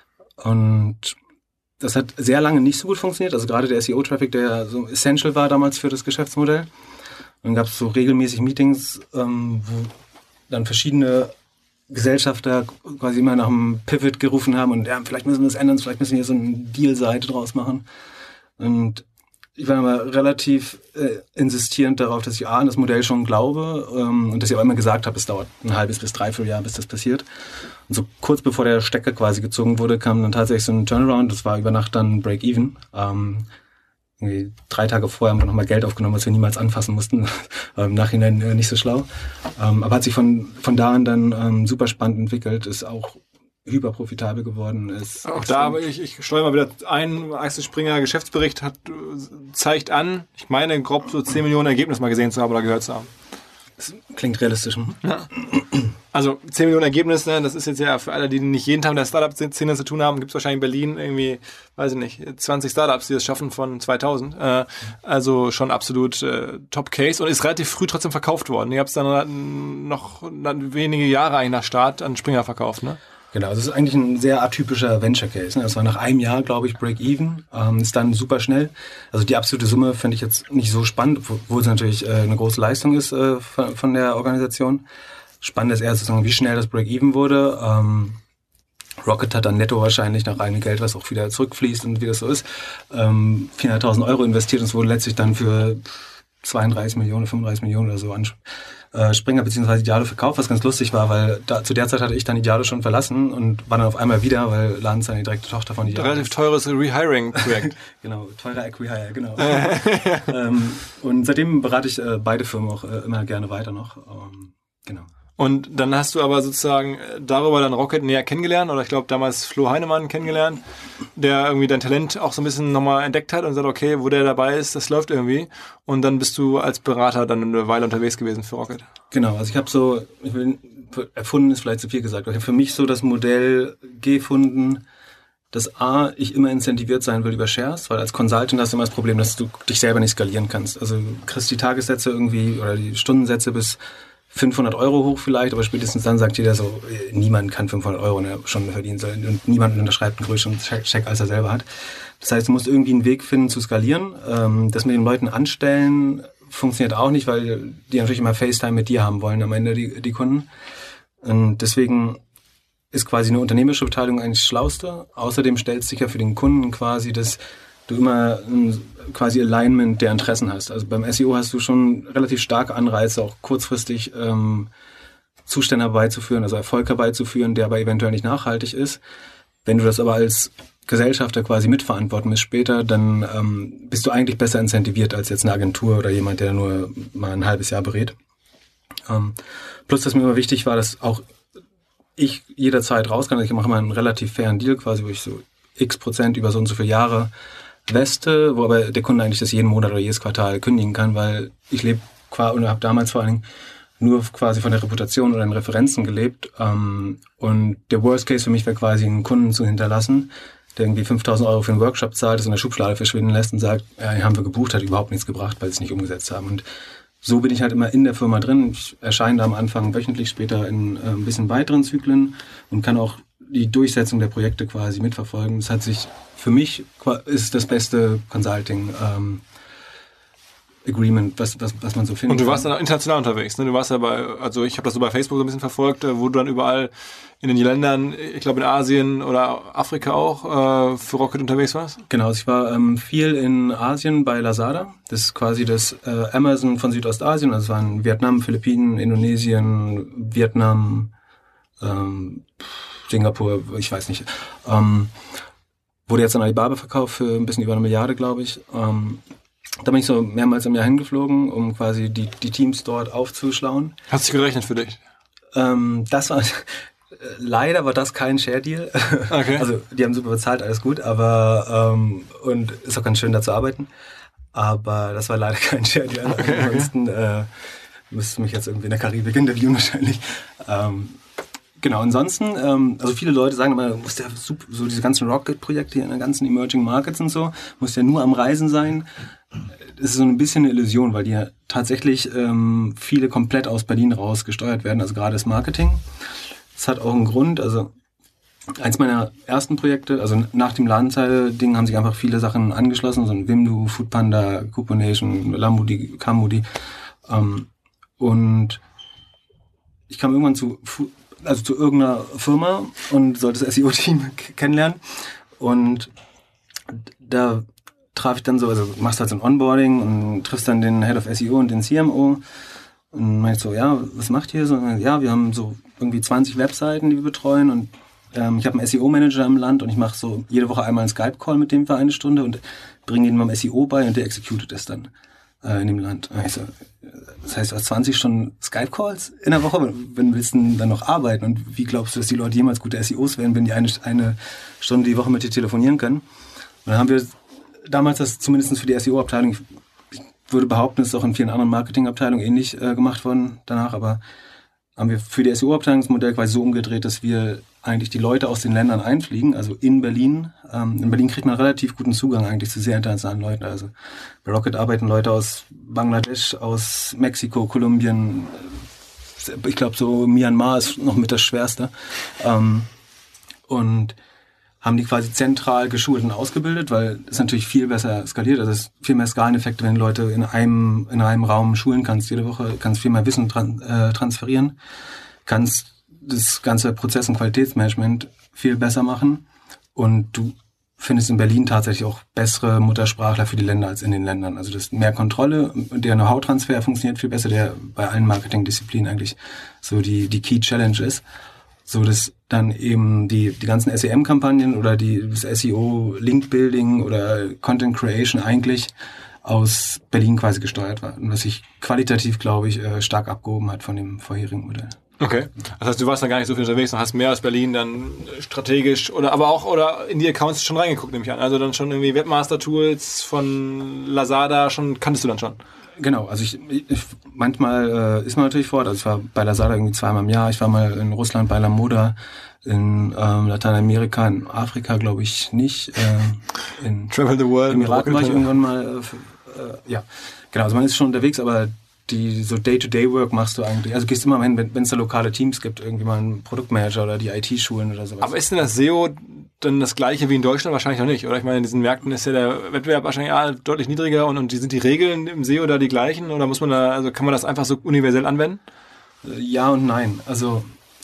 C: Und das hat sehr lange nicht so gut funktioniert, also gerade der S E O-Traffic, der so essential war damals für das Geschäftsmodell. Und dann gab es so regelmäßig Meetings, ähm, wo dann verschiedene Gesellschafter quasi immer nach einem Pivot gerufen haben und ja, vielleicht müssen wir das ändern, vielleicht müssen wir hier so eine Deal-Seite draus machen. Und ich war aber relativ äh, insistierend darauf, dass ich A, an das Modell schon glaube ähm, und dass ich auch immer gesagt habe, es dauert ein halbes bis dreiviertel Jahr, bis das passiert. Und so kurz bevor der Stecker quasi gezogen wurde, kam dann tatsächlich so ein Turnaround, das war über Nacht dann Break-Even. Ähm, Irgendwie drei Tage vorher haben wir nochmal Geld aufgenommen, was wir niemals anfassen mussten. Im Nachhinein äh, nicht so schlau. Ähm, aber hat sich von von da an dann ähm, super spannend entwickelt, ist auch hyper profitabel geworden. Ist
A: auch da, aber ich, ich steuere mal wieder ein, Axel Springer Geschäftsbericht hat, zeigt an, ich meine grob so zehn Millionen Ergebnis mal gesehen zu haben oder gehört zu haben.
C: Das klingt realistisch. Hm?
A: Ja. Also zehn Millionen Ergebnis, ne, das ist jetzt ja für alle, die nicht jeden Tag mit der Startup-Szene zu tun haben, gibt es wahrscheinlich in Berlin irgendwie, weiß ich nicht, zwanzig Startups, die das schaffen von zweitausend. Äh, also schon absolut äh, Top-Case und ist relativ früh trotzdem verkauft worden. Ihr habt es dann noch dann wenige Jahre eigentlich nach Start an Springer verkauft, ne?
C: Genau, das ist eigentlich ein sehr atypischer Venture-Case. Ne? Das war nach einem Jahr, glaube ich, Break-Even. Ähm, ist dann super schnell. Also die absolute Summe finde ich jetzt nicht so spannend, obwohl es natürlich äh, eine große Leistung ist äh, von, von der Organisation. Spannend ist eher sozusagen, wie schnell das Break-Even wurde. Ähm, Rocket hat dann netto wahrscheinlich nach reinem Geld, was auch wieder zurückfließt und wie das so ist, ähm, vierhunderttausend Euro investiert und es wurde letztlich dann für zweiunddreißig Millionen, fünfunddreißig Millionen oder so an äh, Springer bzw. Idealo verkauft, was ganz lustig war, weil da, zu der Zeit hatte ich dann Idealo schon verlassen und war dann auf einmal wieder, weil Ladenzeile die direkte Tochter von Idealo.
A: Relativ teures Rehiring-Projekt.
C: Genau, teurer Acquihire, genau. ähm, und seitdem berate ich äh, beide Firmen auch äh, immer gerne weiter noch. Ähm, genau.
A: Und dann hast du aber sozusagen darüber dann Rocket näher kennengelernt oder ich glaube damals Flo Heinemann kennengelernt, der irgendwie dein Talent auch so ein bisschen nochmal entdeckt hat und sagt, okay, wo der dabei ist, das läuft irgendwie. Und dann bist du als Berater dann eine Weile unterwegs gewesen für Rocket.
C: Genau, also ich habe so, ich will erfunden ist vielleicht zu viel gesagt. Ich habe für mich so das Modell gefunden, dass A, ich immer incentiviert sein will über Shares, weil als Consultant hast du immer das Problem, dass du dich selber nicht skalieren kannst. Also du kriegst die Tagessätze irgendwie oder die Stundensätze bis fünfhundert Euro hoch vielleicht, aber spätestens dann sagt jeder so, niemand kann fünfhundert Euro in der Stunde verdienen sollen und niemand unterschreibt einen größeren Check, als er selber hat. Das heißt, du musst irgendwie einen Weg finden zu skalieren. Das mit den Leuten anstellen funktioniert auch nicht, weil die natürlich immer FaceTime mit dir haben wollen am Ende, die, die Kunden. Und deswegen ist quasi eine unternehmerische Beteiligung eigentlich das Schlauste. Außerdem stellst du dich ja für den Kunden quasi, dass du immer ein quasi Alignment der Interessen hast. Also beim S E O hast du schon relativ starke Anreize, auch kurzfristig ähm, Zustände herbeizuführen, also Erfolg herbeizuführen, der aber eventuell nicht nachhaltig ist. Wenn du das aber als Gesellschafter quasi mitverantworten musst später, dann ähm, bist du eigentlich besser incentiviert als jetzt eine Agentur oder jemand, der nur mal ein halbes Jahr berät. Ähm, plus, dass mir immer wichtig war, dass auch ich jederzeit raus kann. Also ich mache immer einen relativ fairen Deal quasi, wo ich so x Prozent über so und so viele Jahre weste, wo aber der Kunde eigentlich das jeden Monat oder jedes Quartal kündigen kann, weil ich lebe quasi oder habe damals vor allen Dingen nur quasi von der Reputation oder den Referenzen gelebt. Ähm, und der Worst Case für mich wäre quasi einen Kunden zu hinterlassen, der irgendwie fünftausend Euro für einen Workshop zahlt, das in der Schublade verschwinden lässt und sagt, ja, den haben wir gebucht, hat überhaupt nichts gebracht, weil sie es nicht umgesetzt haben. Und so bin ich halt immer in der Firma drin. Ich erscheine da am Anfang wöchentlich, später in äh, ein bisschen weiteren Zyklen und kann auch die Durchsetzung der Projekte quasi mitverfolgen. Das hat sich, für mich ist das beste Consulting ähm, Agreement, was, was, was man so findet.
A: Und du warst dann auch international unterwegs, ne? Du warst ja bei, also ich habe das so bei Facebook so ein bisschen verfolgt, wo du dann überall in den Ländern, ich glaube in Asien oder Afrika auch, äh, für Rocket unterwegs warst?
C: Genau, ich war ähm, viel in Asien bei Lazada. Das ist quasi das äh, Amazon von Südostasien. Also es waren Vietnam, Philippinen, Indonesien, Vietnam, ähm, Singapur, ich weiß nicht. Ähm, wurde jetzt an Alibaba verkauft für ein bisschen über eine Milliarde, glaube ich. Ähm, Da bin ich so mehrmals im Jahr hingeflogen, um quasi die, die Teams dort aufzuschlauen.
A: Hat sich gerechnet für dich?
C: Ähm, das war, leider war das kein Share-Deal.
A: Okay.
C: Also, die haben super bezahlt, alles gut, aber, ähm, und ist auch ganz schön da zu arbeiten. Aber das war leider kein Share-Deal.
A: Okay,
C: Ansonsten, äh, müsste mich jetzt irgendwie in der Karibik interviewen wahrscheinlich. Ähm, Genau, ansonsten, ähm, also viele Leute sagen immer, muss der super, so diese ganzen Rocket-Projekte in den ganzen Emerging Markets und so, muss der nur am Reisen sein. Das ist so ein bisschen eine Illusion, weil die ja tatsächlich ähm, viele komplett aus Berlin raus gesteuert werden, also gerade das Marketing. Das hat auch einen Grund, also eins meiner ersten Projekte, also nach dem Ladenzeile-Ding haben sich einfach viele Sachen angeschlossen, so ein Wimdu, Foodpanda, Couponation, Lambudi, Camudi. Ähm, und ich kam irgendwann zu... also zu irgendeiner Firma und sollte das S E O-Team k- kennenlernen. Und da traf ich dann so, also machst halt so ein Onboarding und triffst dann den Head of S E O und den C M O. Und meinte so, ja, was macht ihr so? Ja, wir haben so irgendwie zwanzig Webseiten, die wir betreuen und ähm, ich habe einen S E O-Manager im Land und ich mache so jede Woche einmal einen Skype-Call mit dem für eine Stunde und bringe ihm beim S E O bei und der executet es dann äh, in dem Land. Und ich so, das heißt, du hast zwanzig Stunden Skype-Calls in der Woche, wenn willst du dann noch arbeiten? Und wie glaubst du, dass die Leute jemals gute S E Os werden, wenn die eine, eine Stunde die Woche mit dir telefonieren können? Und dann haben wir damals das zumindest für die S E O-Abteilung, ich würde behaupten, es ist auch in vielen anderen Marketingabteilungen ähnlich äh, gemacht worden danach, aber haben wir für die S E O-Abteilung das Modell quasi so umgedreht, dass wir eigentlich die Leute aus den Ländern einfliegen, also in Berlin. Ähm, in Berlin kriegt man relativ guten Zugang eigentlich zu sehr internationalen Leuten. Also bei Rocket arbeiten Leute aus Bangladesch, aus Mexiko, Kolumbien. Ich glaube, so Myanmar ist noch mit das Schwerste. Ähm, und haben die quasi zentral geschult und ausgebildet, weil es natürlich viel besser skaliert. Also es ist viel mehr Skaleneffekte, wenn du Leute in einem, in einem Raum schulen kannst jede Woche, kannst viel mehr Wissen tran- äh, transferieren, kannst das ganze Prozess- und Qualitätsmanagement viel besser machen und du findest in Berlin tatsächlich auch bessere Muttersprachler für die Länder als in den Ländern. Also das ist mehr Kontrolle, der Know-how-Transfer funktioniert viel besser, der bei allen Marketingdisziplinen eigentlich so die, die Key Challenge ist. So dass dann eben die, die ganzen S E M-Kampagnen oder die, das S E O, Link-Building oder Content Creation eigentlich aus Berlin quasi gesteuert war. Und was sich qualitativ, glaube ich, stark abgehoben hat von dem vorherigen Modell.
A: Okay. Das heißt, du warst dann gar nicht so viel unterwegs und hast mehr aus Berlin dann strategisch oder aber auch oder in die Accounts schon reingeguckt, nehme ich an. Also dann schon irgendwie Webmaster-Tools von Lazada schon kanntest du dann schon?
C: Genau, also ich, ich manchmal äh, ist man natürlich vor Ort. Also ich war bei Lazada irgendwie zweimal im Jahr. Ich war mal in Russland bei Lamoda, in ähm, Lateinamerika, in Afrika glaube ich nicht. Äh, in
A: Travel the World.
C: Emiraten war ich irgendwann mal. Äh, äh, ja, genau. Also man ist schon unterwegs, aber die so Day-to-Day-Work machst du eigentlich. Also gehst immer hin, wenn es da lokale Teams gibt, irgendwie mal einen Produktmanager oder die I T-Schulen oder sowas.
A: Aber ist denn das S E O dann das gleiche wie in Deutschland? Wahrscheinlich noch nicht, oder? Ich meine, in diesen Märkten ist ja der Wettbewerb wahrscheinlich ja, deutlich niedriger und, und die, sind die Regeln im S E O da die gleichen? Oder muss man da, also kann man das einfach so universell anwenden?
C: Ja und nein. Also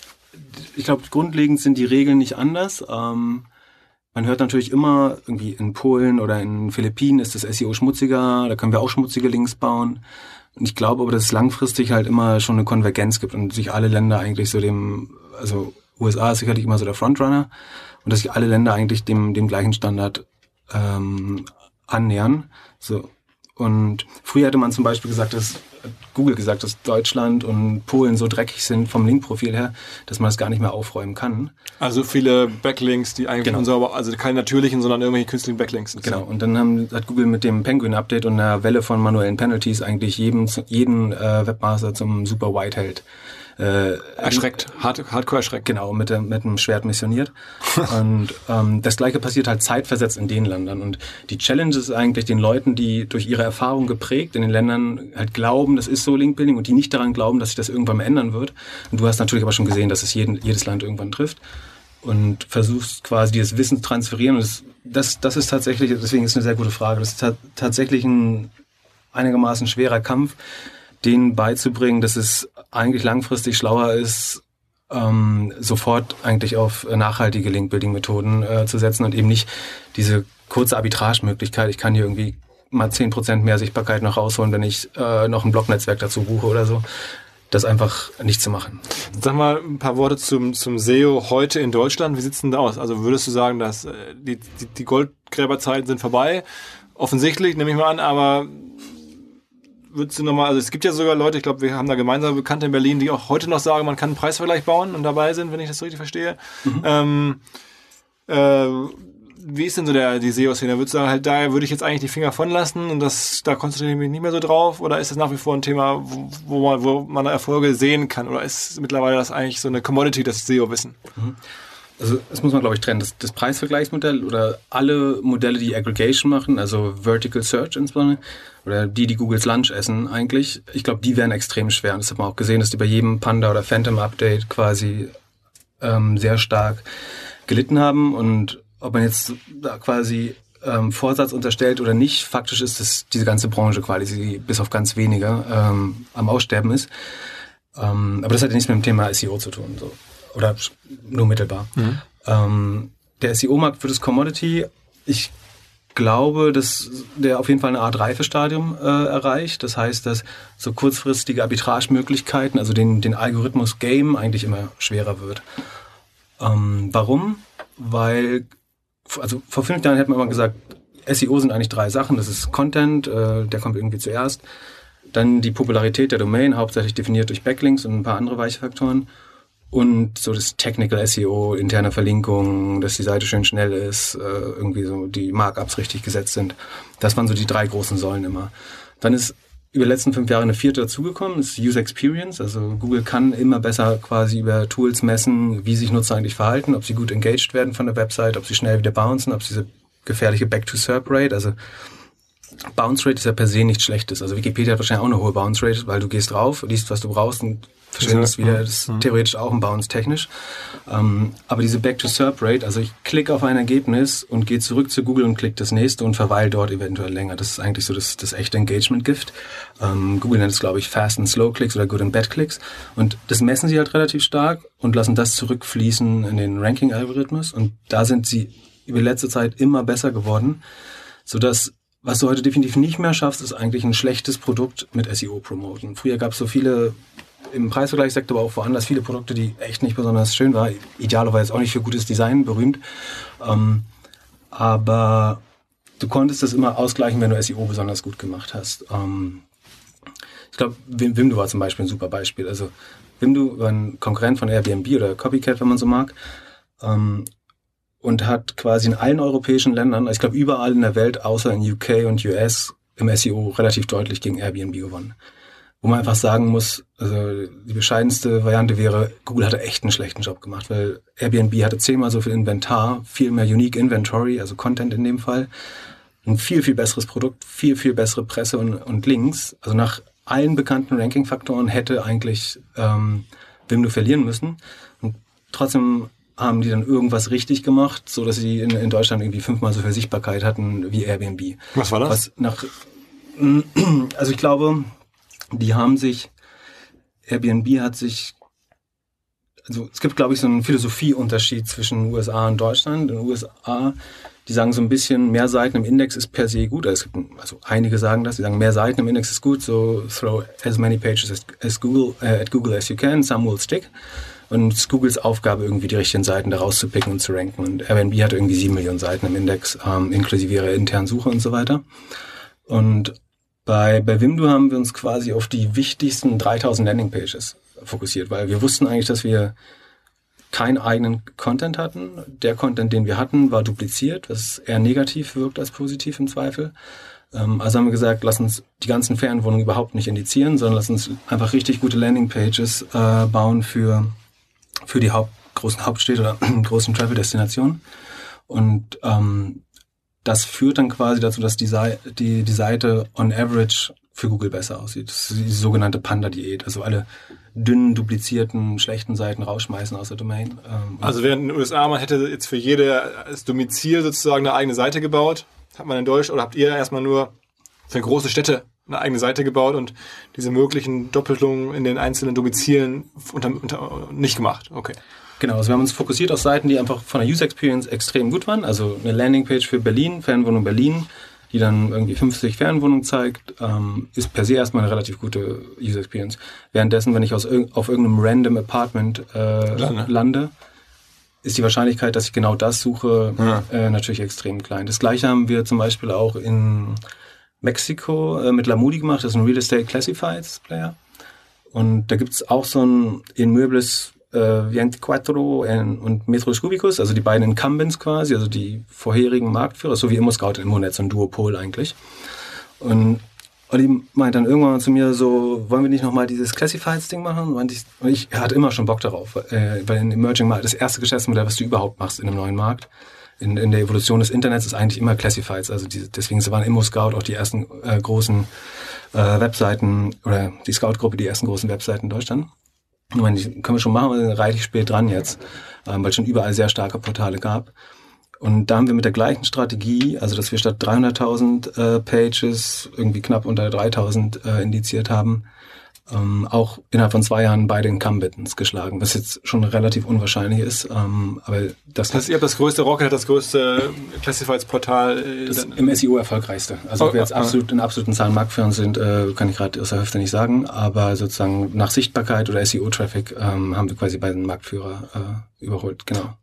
C: ich glaube, grundlegend sind die Regeln nicht anders. Ähm, man hört natürlich immer, irgendwie in Polen oder in Philippinen ist das S E O schmutziger, da können wir auch schmutzige Links bauen. Und ich glaube aber, dass es langfristig halt immer schon eine Konvergenz gibt und sich alle Länder eigentlich so dem, also U S A ist sicherlich immer so der Frontrunner, und dass sich alle Länder eigentlich dem dem gleichen Standard ähm, annähern. So. Und früher hätte man zum Beispiel gesagt, dass Google gesagt, dass Deutschland und Polen so dreckig sind vom Linkprofil her, dass man das gar nicht mehr aufräumen kann.
A: Also viele Backlinks, die eigentlich
C: genau.
A: unsauber, also keine natürlichen, sondern irgendwelche künstlichen Backlinks.
C: Genau. Und dann haben, hat Google mit dem Penguin-Update und einer Welle von manuellen Penalties eigentlich jeden, jeden äh, Webmaster zum Super Whiteheld Äh,
A: erschreckt, Hard, hardcore erschreckt.
C: Genau, mit, der, mit dem Schwert missioniert. Und ähm, das Gleiche passiert halt zeitversetzt in den Ländern. Und die Challenge ist eigentlich den Leuten, die durch ihre Erfahrung geprägt in den Ländern halt glauben, das ist so Linkbuilding, und die nicht daran glauben, dass sich das irgendwann mal ändern wird. Und du hast natürlich aber schon gesehen, dass es jeden, jedes Land irgendwann trifft. Und versuchst quasi dieses Wissen zu transferieren. Und das, das, das ist tatsächlich, deswegen ist es eine sehr gute Frage, das ist ta- tatsächlich ein einigermaßen schwerer Kampf, denen beizubringen, dass es eigentlich langfristig schlauer ist, ähm, sofort eigentlich auf nachhaltige Link-Building-Methoden äh, zu setzen und eben nicht diese kurze Arbitragemöglichkeit. Ich kann hier irgendwie mal zehn Prozent mehr Sichtbarkeit noch rausholen, wenn ich äh, noch ein Blognetzwerk dazu buche oder so. Das einfach nicht zu machen.
A: Sag mal ein paar Worte zum, zum S E O heute in Deutschland. Wie sieht's denn da aus? Also würdest du sagen, dass äh, die, die, die Goldgräberzeiten sind vorbei? Offensichtlich, nehme ich mal an, aber würdest du nochmal, also es gibt ja sogar Leute, ich glaube, wir haben da gemeinsame Bekannte in Berlin, die auch heute noch sagen, man kann einen Preisvergleich bauen und dabei sind, wenn ich das so richtig verstehe. Mhm. Ähm, äh, wie ist denn so der, die S E O-Szene? Würdest du sagen, halt, da würde ich jetzt eigentlich die Finger von lassen und das, da konzentriere ich mich nicht mehr so drauf? Oder ist das nach wie vor ein Thema, wo, wo, man, wo man Erfolge sehen kann? Oder ist mittlerweile das eigentlich so eine Commodity, das S E O-Wissen?
C: Mhm. Also das muss man, glaube ich, trennen. Das, das Preisvergleichsmodell oder alle Modelle, die Aggregation machen, also Vertical Search insbesondere, oder die, die Googles Lunch essen eigentlich, ich glaube, die werden extrem schwer. Und das hat man auch gesehen, dass die bei jedem Panda- oder Phantom-Update quasi ähm, sehr stark gelitten haben. Und ob man jetzt da quasi ähm, Vorsatz unterstellt oder nicht, faktisch ist, dass diese ganze Branche quasi bis auf ganz wenige ähm, am Aussterben ist. Ähm, aber das hat ja nichts mit dem Thema S E O zu tun. So. Oder nur mittelbar. Mhm. Ähm, der S E O-Markt für das Commodity, ich glaube, dass der auf jeden Fall eine Art Reifestadium äh, erreicht. Das heißt, dass so kurzfristige Arbitragemöglichkeiten, also den, den Algorithmus-Game, eigentlich immer schwerer wird. Ähm, warum? Weil, also vor fünf Jahren hätte man immer gesagt, S E O sind eigentlich drei Sachen. Das ist Content, äh, der kommt irgendwie zuerst. Dann die Popularität der Domain, hauptsächlich definiert durch Backlinks und ein paar andere weiche Faktoren. Und so das Technical S E O, interne Verlinkungen, dass die Seite schön schnell ist, äh, irgendwie so die Markups richtig gesetzt sind. Das waren so die drei großen Säulen immer. Dann ist über die letzten fünf Jahre eine vierte dazugekommen, das ist User Experience. Also Google kann immer besser quasi über Tools messen, wie sich Nutzer eigentlich verhalten, ob sie gut engaged werden von der Website, ob sie schnell wieder bouncen, ob sie diese gefährliche Back-to-S E R P-Rate, also Bounce Rate ist ja per se nichts Schlechtes. Also Wikipedia hat wahrscheinlich auch eine hohe Bounce Rate, weil du gehst drauf, liest, was du brauchst und verschwindest ja, wieder. Das ist ja. theoretisch auch ein Bounce technisch. Ähm, aber diese Back-to-S E R P-Rate, also ich klicke auf ein Ergebnis und gehe zurück zu Google und klicke das nächste und verweile dort eventuell länger. Das ist eigentlich so das, das echte Engagement-Gift. Ähm, Google nennt es, glaube ich, Fast and Slow Clicks oder Good and Bad Clicks. Und das messen sie halt relativ stark und lassen das zurückfließen in den Ranking-Algorithmus. Und da sind sie über die letzte Zeit immer besser geworden, sodass was du heute definitiv nicht mehr schaffst, ist eigentlich ein schlechtes Produkt mit S E O promoten. Früher gab es so viele, im Preisvergleichssektor, aber auch woanders, viele Produkte, die echt nicht besonders schön waren. Idealerweise auch nicht für gutes Design berühmt. Ähm, aber du konntest das immer ausgleichen, wenn du S E O besonders gut gemacht hast. Ähm, ich glaube, Wimdu war zum Beispiel ein super Beispiel. Also Wimdu war ein Konkurrent von Airbnb oder Copycat, wenn man so mag. Ähm, und hat quasi in allen europäischen Ländern, ich glaube überall in der Welt, außer in U K und U S, im S E O relativ deutlich gegen Airbnb gewonnen. Wo man einfach sagen muss, also die bescheidenste Variante wäre, Google hatte echt einen schlechten Job gemacht, weil Airbnb hatte zehnmal so viel Inventar, viel mehr Unique Inventory, also Content in dem Fall, ein viel, viel besseres Produkt, viel, viel bessere Presse und, und Links. Also nach allen bekannten Ranking-Faktoren hätte eigentlich ähm, Vimdo verlieren müssen. Und trotzdem haben die dann irgendwas richtig gemacht, so dass sie in, in Deutschland irgendwie fünfmal so viel Sichtbarkeit hatten wie Airbnb.
A: Was war das?
C: Was nach, also ich glaube, die haben sich, Airbnb hat sich, also es gibt, glaube ich, so einen Philosophieunterschied zwischen U S A und Deutschland. In den U S A, die sagen so ein bisschen, mehr Seiten im Index ist per se gut. Also, es gibt, also einige sagen das, die sagen, mehr Seiten im Index ist gut, so throw as many pages as, as Google, uh, at Google as you can, some will stick. Und es ist Googles Aufgabe, irgendwie die richtigen Seiten da rauszupicken und zu ranken. Und Airbnb hat irgendwie sieben Millionen Seiten im Index, ähm, inklusive ihrer internen Suche und so weiter. Und Bei, bei Vimdo haben wir uns quasi auf die wichtigsten dreitausend Landingpages fokussiert, weil wir wussten eigentlich, dass wir keinen eigenen Content hatten. Der Content, den wir hatten, war dupliziert, was eher negativ wirkt als positiv im Zweifel. Ähm, also haben wir gesagt, lass uns die ganzen Ferienwohnungen überhaupt nicht indizieren, sondern lass uns einfach richtig gute Landingpages äh, bauen für, für die Haupt, großen Hauptstädte oder großen Travel-Destinationen. Und ähm, das führt dann quasi dazu, dass die, Seite, die, die Seite on average für Google besser aussieht. Das ist die sogenannte Panda-Diät. Also alle dünnen, duplizierten, schlechten Seiten rausschmeißen aus der Domain.
A: Also während in den U S A, man hätte jetzt für jedes Domizil sozusagen eine eigene Seite gebaut, hat man in Deutschland, oder habt ihr erstmal nur für große Städte eine eigene Seite gebaut und diese möglichen Doppelungen in den einzelnen Domizilen unter, unter, nicht gemacht? Okay.
C: Genau, also wir haben uns fokussiert auf Seiten, die einfach von der User Experience extrem gut waren. Also eine Landingpage für Berlin, Ferienwohnung Berlin, die dann irgendwie fünfzig Ferienwohnungen zeigt, ähm, ist per se erstmal eine relativ gute User Experience. Währenddessen, wenn ich aus, auf irgendeinem random Apartment äh, lande. lande, ist die Wahrscheinlichkeit, dass ich genau das suche, ja. äh, natürlich extrem klein. Das Gleiche haben wir zum Beispiel auch in Mexiko äh, mit Lamudi gemacht, das ist ein Real Estate Classifieds Player. Und da gibt's auch so ein Inmuebles vierundzwanzig und Metros Cubicus, also die beiden Incumbents quasi, also die vorherigen Marktführer, so wie ImmoScout und Immonet, so ein Duopol eigentlich. Und Olli meint dann irgendwann zu mir so, wollen wir nicht nochmal dieses Classifieds-Ding machen? Und ich, und ich hatte immer schon Bock darauf, äh, weil in Emerging Market, das erste Geschäftsmodell, was du überhaupt machst in einem neuen Markt, in, in der Evolution des Internets ist eigentlich immer Classifieds, also die, deswegen waren ImmoScout auch die ersten äh, großen äh, Webseiten, oder die Scout-Gruppe die ersten großen Webseiten in Deutschland. Ich meine, die können wir schon machen, aber sind reichlich spät dran jetzt, ähm, weil es schon überall sehr starke Portale gab. Und da haben wir mit der gleichen Strategie, also dass wir statt dreihunderttausend äh, Pages irgendwie knapp unter dreitausend äh, indiziert haben, ähm, auch innerhalb von zwei Jahren beide Incumbents geschlagen, was jetzt schon relativ unwahrscheinlich ist. Ähm, aber das,
A: das heißt, ihr habt das größte Rocket, hat das größte Classifieds-Portal. Äh,
C: das im S E O erfolgreichste. Also oh, ob wir jetzt oh, absolut in absoluten Zahlen Marktführern sind, äh, kann ich gerade aus der Hüfte nicht sagen. Aber sozusagen nach Sichtbarkeit oder S E O-Traffic ähm, haben wir quasi beiden Marktführer äh, überholt. Genau.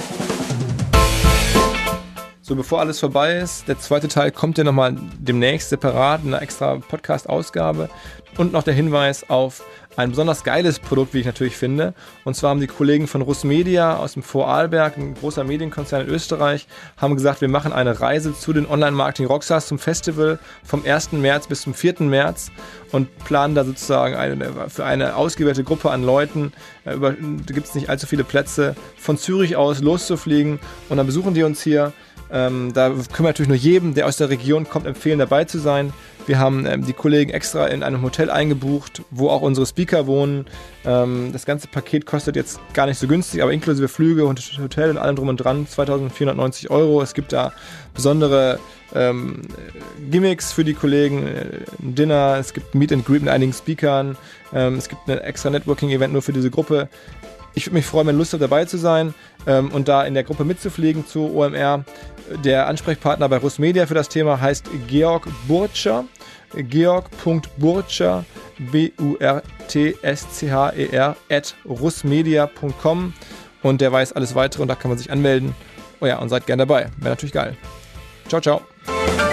A: So, bevor alles vorbei ist, der zweite Teil kommt ja nochmal demnächst separat in einer extra Podcast-Ausgabe. Und noch der Hinweis auf ein besonders geiles Produkt, wie ich natürlich finde. Und zwar haben die Kollegen von Russmedia aus dem Vorarlberg, ein großer Medienkonzern in Österreich, haben gesagt, wir machen eine Reise zu den Online-Marketing-Rockstars zum Festival vom ersten März bis zum vierten März und planen da sozusagen eine, für eine ausgewählte Gruppe an Leuten, über, da gibt es nicht allzu viele Plätze, von Zürich aus loszufliegen und dann besuchen die uns hier. Ähm, da können wir natürlich nur jedem, der aus der Region kommt, empfehlen, dabei zu sein. Wir haben ähm, die Kollegen extra in einem Hotel eingebucht, wo auch unsere Speaker wohnen. Ähm, das ganze Paket kostet jetzt gar nicht so günstig, aber inklusive Flüge und Hotel und allem drum und dran zweitausendvierhundertneunzig Euro. Es gibt da besondere ähm, Gimmicks für die Kollegen, ein Dinner, es gibt ein Meet and Greet mit einigen Speakern, ähm, es gibt ein extra Networking-Event nur für diese Gruppe. Ich würde mich freuen, wenn Lust habt, dabei zu sein ähm, und da in der Gruppe mitzufliegen zu O M R. Der Ansprechpartner bei Russmedia für das Thema heißt Georg Burtscher. georg punkt burtscher, B U R T S C H E R, at russmedia punkt com. Und der weiß alles weitere und da kann man sich anmelden. Oh ja, und seid gern dabei. Wäre natürlich geil. Ciao, ciao.